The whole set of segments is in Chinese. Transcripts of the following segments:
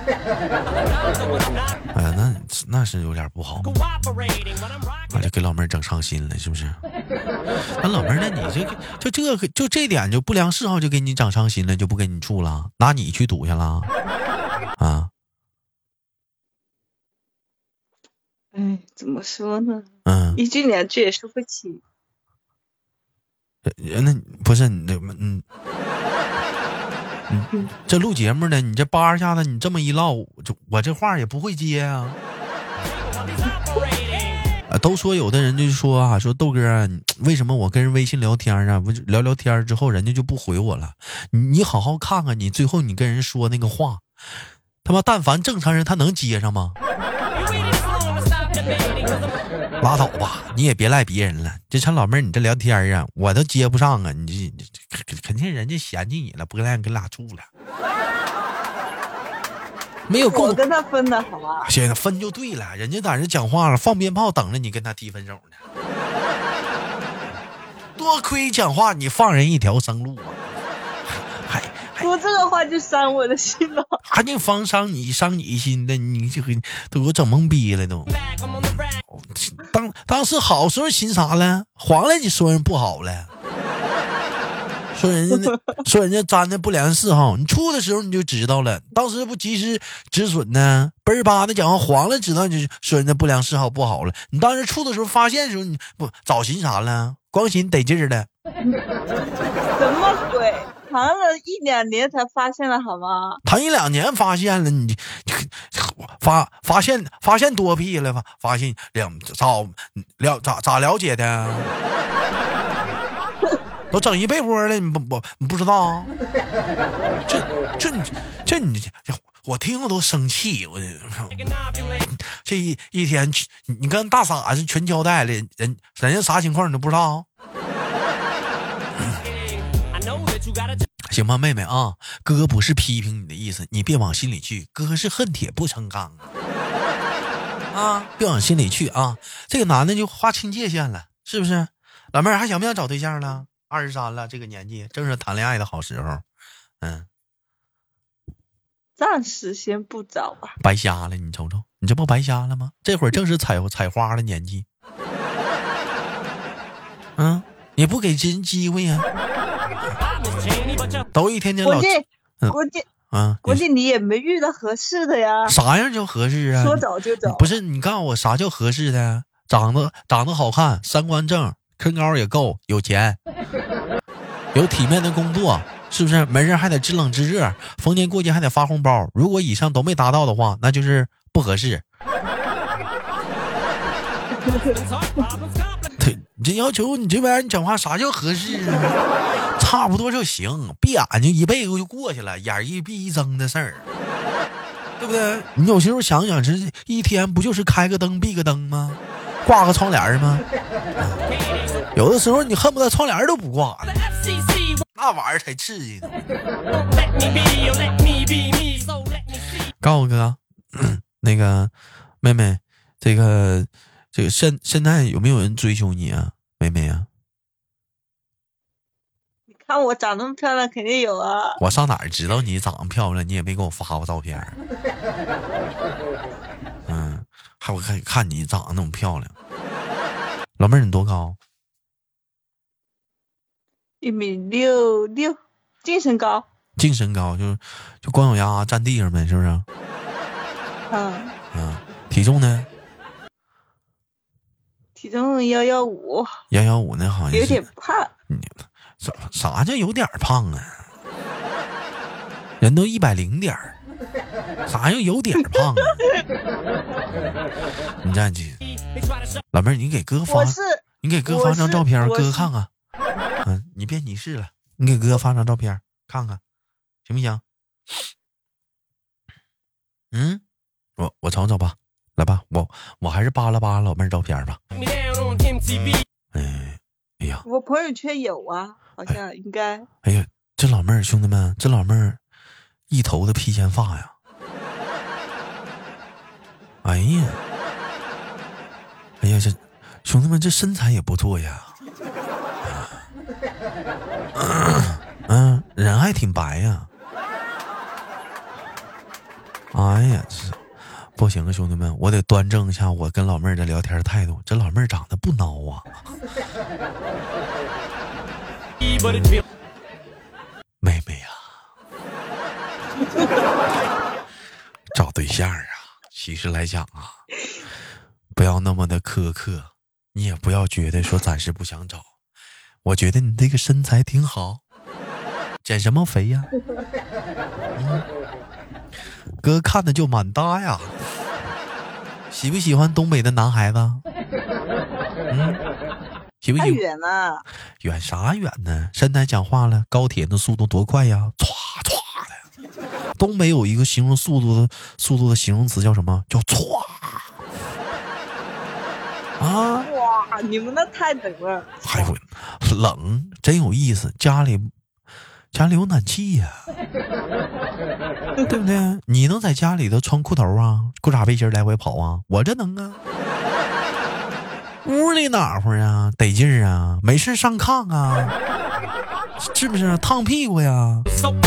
哎呀，那是有点不好，就给老妹儿整伤心了，是不是？那老妹儿，那你就这点就不良嗜好就给你整伤心了，就不跟你处了，拿你去赌去了啊？ 哎，怎么说呢？一句两句也说不起。 那不是你这录节目呢，你这叭一下子，你这么一唠，我这话也不会接啊。都说有的人就说啊，说豆哥，为什么我跟人微信聊天啊，聊天之后人家就不回我了？你好好看看你最后你跟人说那个话，他妈但凡正常人他能接上吗？拉倒吧，你也别赖别人了。这陈老妹儿，你这聊天啊，我都接不上啊！你这肯定人家嫌弃你了，不跟俩处了。没有我跟他分的好吗？ 现在分就对了，人家在这讲话了，放鞭炮等着你跟他提分手呢。多亏讲话你放人一条生路啊！ 说这个话就伤我的心了， 还净伤你心的，你这个都给我整懵逼了都。当时好时候寻啥了？黄了你说人不好了，说人家沾的不良嗜好，你处的时候你就知道了，当时不及时止损呢，嘣儿吧的讲话黄了，知道就说人家不良嗜好不好了。你当时处的时候发现的时候，你不早寻啥了？光寻得劲儿的。 什么鬼？谈了1-2年才发现了好吗？ 谈1-2年发现了，你发现多屁了吧？发现咋了解的？都整一被窝了，你不知道？这你我听了都生气，我这一天你跟大傻子全交代了，人家啥情况你都不知道？行吧，妹妹啊，哥不是批评你的意思，你别往心里去，哥是恨铁不成钢啊，别往心里去啊。这个男的就划清界限了，是不是？老妹儿还想不想找对象了？23了，这个年纪正是谈恋爱的好时候。 暂时先不找吧。 白瞎了，你瞅瞅，你这不白瞎了吗？这会儿正是采花的年纪。也不给人机会呀。都一天天老估计你也没遇到合适的呀。 啥样叫合适啊？ 说找就找。 不是，你告诉我啥叫合适的？长得好看，三观正，身高也够，有钱，有体面的工作，是不是？没人还得知冷知热，逢年过节还得发红包。如果以上都没达到的话，那就是不合适。对，你这要求，你这玩意儿，你讲话啥叫合适啊？差不多就行，闭眼睛一辈子就过去了，眼一闭一睁的事儿，对不对？你有时候想想，这一天不就是开个灯闭个灯吗？挂个窗帘吗？有的时候你恨不得窗帘都不挂了，那玩意儿才刺激呢。告诉哥，那个妹妹，这个现在有没有人追求你啊，妹妹啊？ 你看我长那么漂亮，肯定有啊。 我上哪儿知道你长得漂亮？你也没给我发过照片。还我看你长得那么漂亮。老妹儿，你多高 ？1.66米，净身高。 净身高就光脚丫站地上呗，是不是？体重呢？ 体重115。 115呢，好像有点胖。 啥叫有点胖啊？人都100点，啥叫有点胖啊？你站起，老妹儿，你给哥发张照片，哥看看。你别你是了，你给哥发张照片看看，行不行？我瞅瞅吧，来吧，我还是扒拉老妹儿照片吧。哎呀， 我朋友圈有啊，好像应该。 哎呀，这老妹儿，兄弟们，这老妹儿一头的披肩发呀！哎呀，这兄弟们，这身材也不错呀。人还挺白呀。 哎呀，不行啊，兄弟们，我得端正一下我跟老妹儿的聊天态度。这老妹儿长得不孬啊。妹妹呀、找对象啊，其实来讲啊，不要那么的苛刻，你也不要觉得说暂时不想找。我觉得你这个身材挺好，减什么肥呀？哥看的就蛮大呀。喜不喜欢东北的男孩子？喜不喜欢？ 太远了。 远啥远呢？现在讲话了，高铁的速度多快呀，歘歘的。东北有一个形容速度的形容词叫什么？叫歘。啊！ 哇，你们那太冷了。 还有冷，真有意思。家里有暖气呀、对不对？你能在家里头穿裤头啊、裤衩背心来回跑啊？我这能啊。屋里哪会儿啊，得劲儿啊，没事上炕啊，是不是烫屁股呀？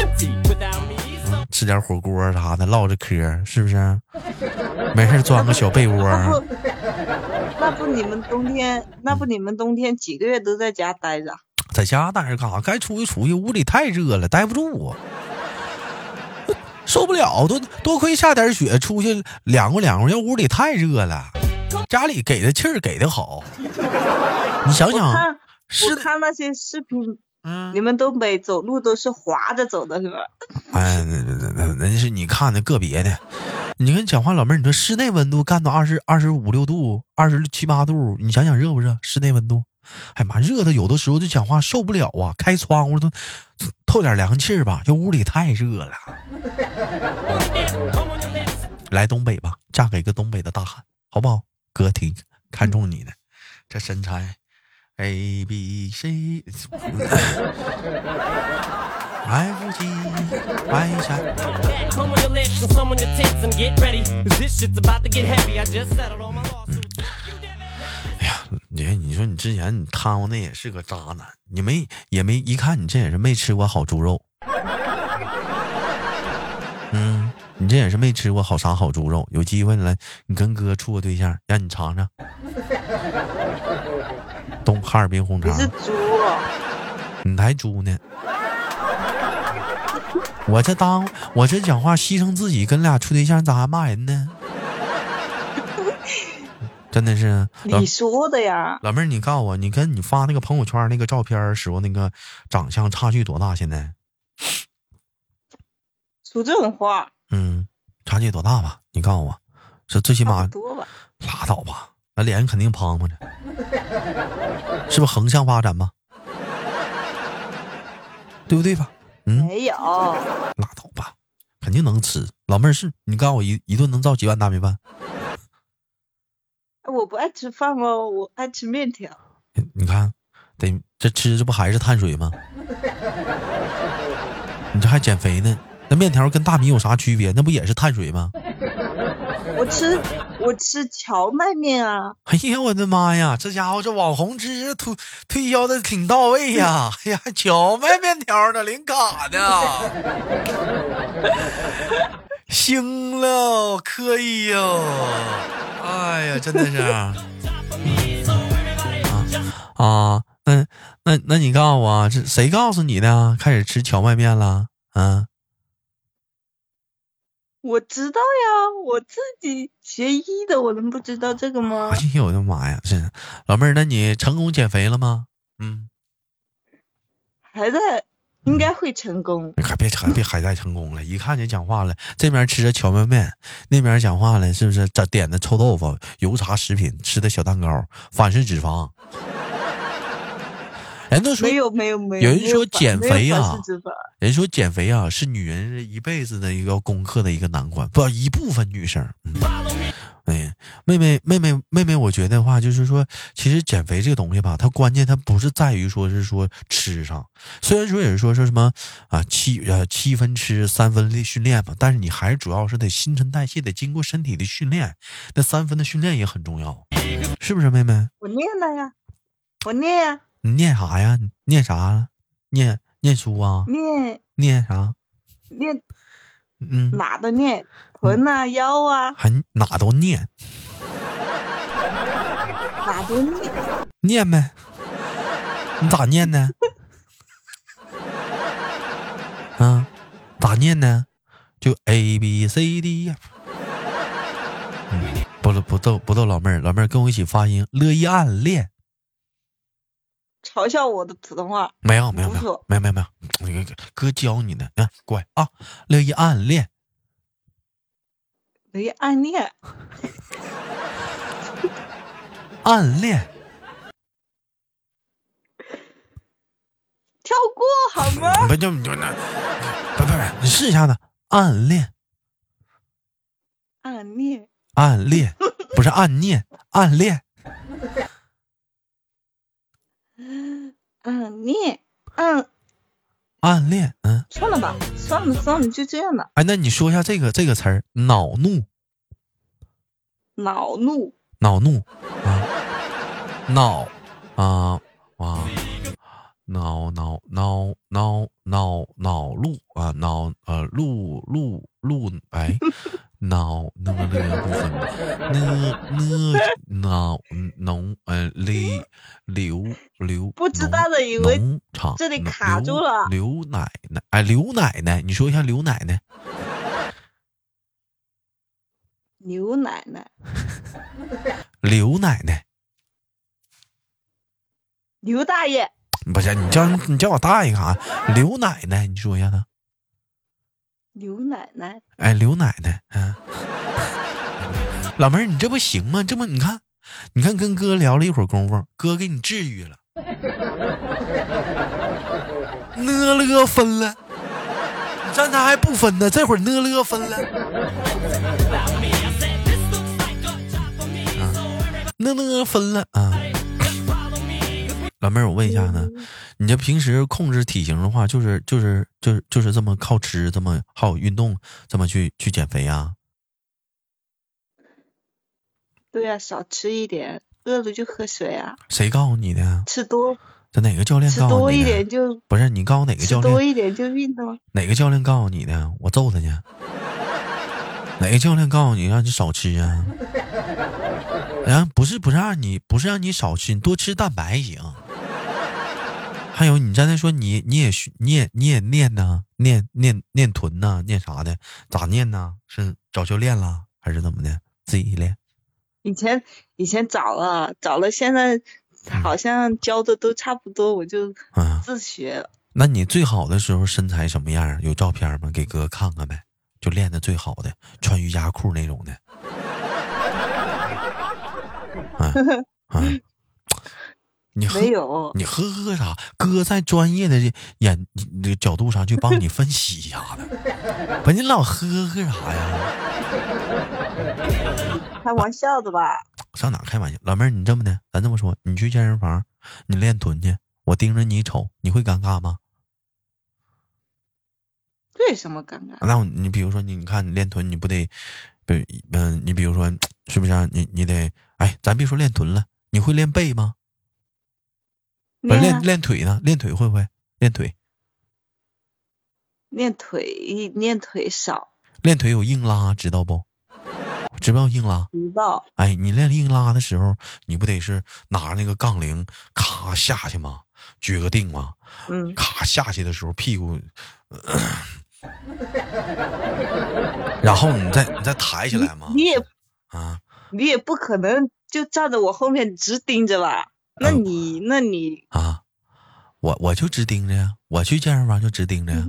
吃点火锅啥的，唠着嗑，是不是？没事钻个小被窝。 那不你们冬天几个月都在家待着？ 在家待着干啥？该出去出去，屋里太热了，待不住啊，受不了。多亏下点雪，出去凉快凉快，要屋里太热了。家里给的气儿给的好，你想想， 我看那些视频，你们东北走路都是滑着走的是吧？ 哎，那是你看的个别的。你跟讲话老妹儿，你说室内温度干到25、6度、27、8度，你想想热不热？室内温度，哎妈，热的有的时候就讲话受不了啊，开窗户都透点凉气儿吧，这屋里太热了。来东北吧，嫁给个东北的大汉，好不好？哥挺看中你的，这身材 A B C F G Y 下。哎呀，你说你之前你贪过那也是个渣男，你也没一看你这也是没吃过好猪肉。你这也是没吃过好啥好猪肉，有机会了，你跟哥处个对象，让你尝尝。哈尔滨红肠。 你是猪哦？ 你还猪呢？我这讲话牺牲自己跟俩处对象，咋还骂人呢？真的是你说的呀。 老妹儿，你告诉我，你跟你发那个朋友圈那个照片时候，那个长相差距多大？现在？ 说这种话。 差距多大吧？你告诉我，是最起码多吧？ 拉倒吧，那脸肯定胖胖着，是不是横向发展吧？对不对吧？ 没有。 拉倒吧，肯定能吃。老妹儿是你告诉我一顿能造几碗大米饭？ 我不爱吃饭哦，我爱吃面条。 你看，这吃这不还是碳水吗？你这还减肥呢？那面条跟大米有啥区别？那不也是碳水吗？ 我吃荞麦面啊！ 哎呀，我的妈呀，这家伙这网红知识推销的挺到位呀！哎呀，荞麦面条呢，零卡的，行了，可以哟！哎呀，真的是那你告诉我，这谁告诉你的？开始吃荞麦面了？ 我知道呀，我自己学医的，我能不知道这个吗？ 哎呦我的妈呀！是老妹儿，那你成功减肥了吗？ 还在，应该会成功。 别还在成功了，一看就讲话了。这边吃着荞麦面，那边讲话了，是不是？点的臭豆腐、油炸食品，吃的小蛋糕，反式脂肪。人都说没有， 有人说减肥啊， 人说减肥啊是女人一辈子的一个攻克的一个难关，不，一部分女生。妹妹，我觉得话就是说，其实减肥这个东西吧，它关键它不是在于说是说吃上，虽然说也是说什么啊7分吃3分训练嘛，但是你还是主要是得新陈代谢，得经过身体的训练，那3分的训练也很重要，是不是妹妹？ 我念了呀，我念呀。 你念啥呀？念啥？念书啊？ 念念啥？ 嗯， 哪都练，臀啊腰啊， 还哪都念哪都练。 念呗，你咋念呢？啊，咋念呢？就 ABCD 呀。不逗老妹儿，老妹儿跟我一起发音，乐意暗恋。 嘲笑我的普通话？ 没有，那个哥教你的，乖啊，乐意暗恋。 乐意暗恋。 暗恋。 跳过好吗？ 不，你试一下子，暗恋。 暗恋。 暗恋，不是暗念，暗恋。 暗恋。 暗恋。 算了吧，算了，就这样吧。 哎，那你说一下这个词儿，恼怒。 恼怒啊，恼啊哇，恼路啊，路哎。脑那个部分，流不知道的以为农场这里卡住了。 刘奶奶，哎，刘奶奶，你说一下刘奶奶。 刘奶奶。 刘奶奶。 刘大爷。 不是，你叫我大爷干啥？刘奶奶，你说一下子。 刘奶奶。 哎，刘奶奶。老妹儿，你这不行吗？这不你看跟哥聊了一会儿功夫，哥给你治愈了。呢了分了，你刚才还不分呢，这会儿呢了分了。呢分了啊。老妹儿，我问一下呢，你这平时控制体型的话，就是这么靠吃，这么好运动，这么去减肥啊？ 对呀，少吃一点，饿了就喝水啊。 谁告诉你的？ 吃多。 这哪个教练告诉你的？ 吃多一点就不是你告诉哪个教练？ 吃多一点就运动。 哪个教练告诉你的？我揍他去。哪个教练告诉你让你少吃啊？不是让你少吃，你多吃蛋白行。还有你刚才说你也练呢，练臀呢，练啥的？咋练呢？是找教练了还是怎么的？自己练？ 以前找了，现在好像教的都差不多，我就自学了。 那你最好的时候身材什么样？有照片吗？给哥看看呗。就练的最好的，穿瑜伽裤那种的。你没有？ 你呵啥？哥在专业的角度上去帮你分析一下子。不，你老呵啥呀？ 开玩笑的吧？ 上哪开玩笑？老妹儿，你这么的，咱这么说，你去健身房，你练臀去，我盯着你瞅，你会尴尬吗？ 对，什么尴尬？ 那你比如说你看你练臀，你不得，你比如说是不是你得，哎，咱别说练臀了，你会练背吗？练腿呢？练腿会不会？练腿少。 练腿有硬拉，知道不？知不知道硬拉？ 知道。 哎，你练硬拉的时候，你不得是拿那个杠铃咔下去吗？举个腚吗？咔下去的时候屁股，然后你再抬起来吗？ 你也不可能就站在我后面直盯着吧？那你啊，我就直盯着呀，我去健身房就直盯着呀。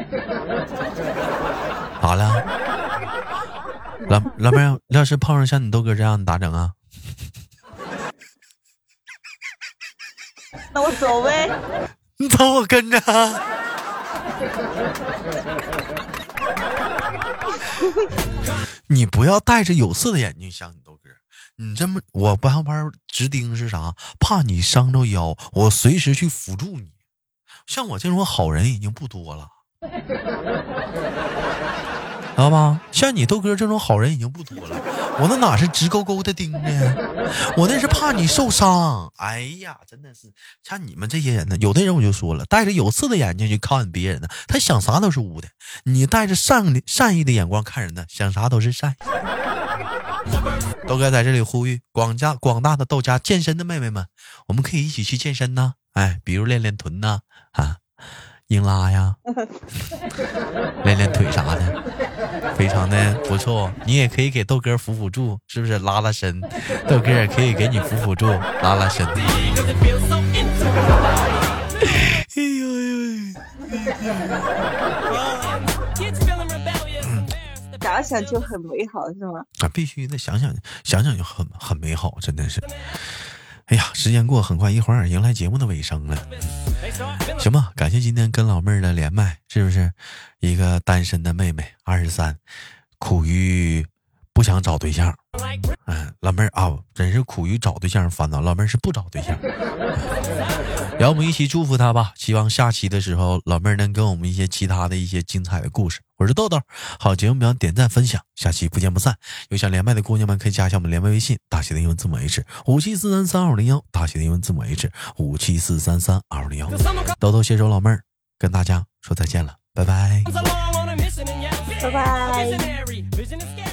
咋了？老妹儿，要是碰上像你豆哥这样，你咋整啊？ 那我走呗。 你走，我跟着。你不要戴着有色的眼镜像你豆哥，你这么我不怕直盯是啥？怕你伤着腰，我随时去辅助你。像我这种好人已经不多了，知道吧？像你豆哥这种好人已经不多了， 我那哪是直勾勾的盯着，我那是怕你受伤。哎呀，真的是像你们这些人呢，有的人我就说了，戴着有色的眼镜去看别人呢，他想啥都是污的；你带着善意的眼光看人呢，想啥都是善。都该在这里呼吁广大的豆家健身的妹妹们，我们可以一起去健身呢。哎，比如练练臀呐，硬拉呀，练练腿啥的，非常的不错。你也可以给豆哥辅助，是不是拉拉伸？豆哥也可以给你辅助拉拉伸。哎呦想想就很美好，是吗？ 必须的，想想就很美好，真的是。哎呀，时间过很快，一会儿迎来节目的尾声了。行吧，感谢今天跟老妹儿的连麦，是不是一个单身的妹妹23，苦于不想找对象。老妹儿啊，真是苦于找对象烦恼，老妹儿是不找对象。让我们一起祝福她吧，希望下期的时候老妹儿能跟我们一些其他的一些精彩的故事。我是豆豆，好节目不要点赞分享，下期不见不散。有想连麦的姑娘们可以加一下我们连麦微信，大写的英文字母 H57433201，大写的英文字母 H57433201。豆豆携手老妹儿跟大家说再见了，拜拜， 拜拜。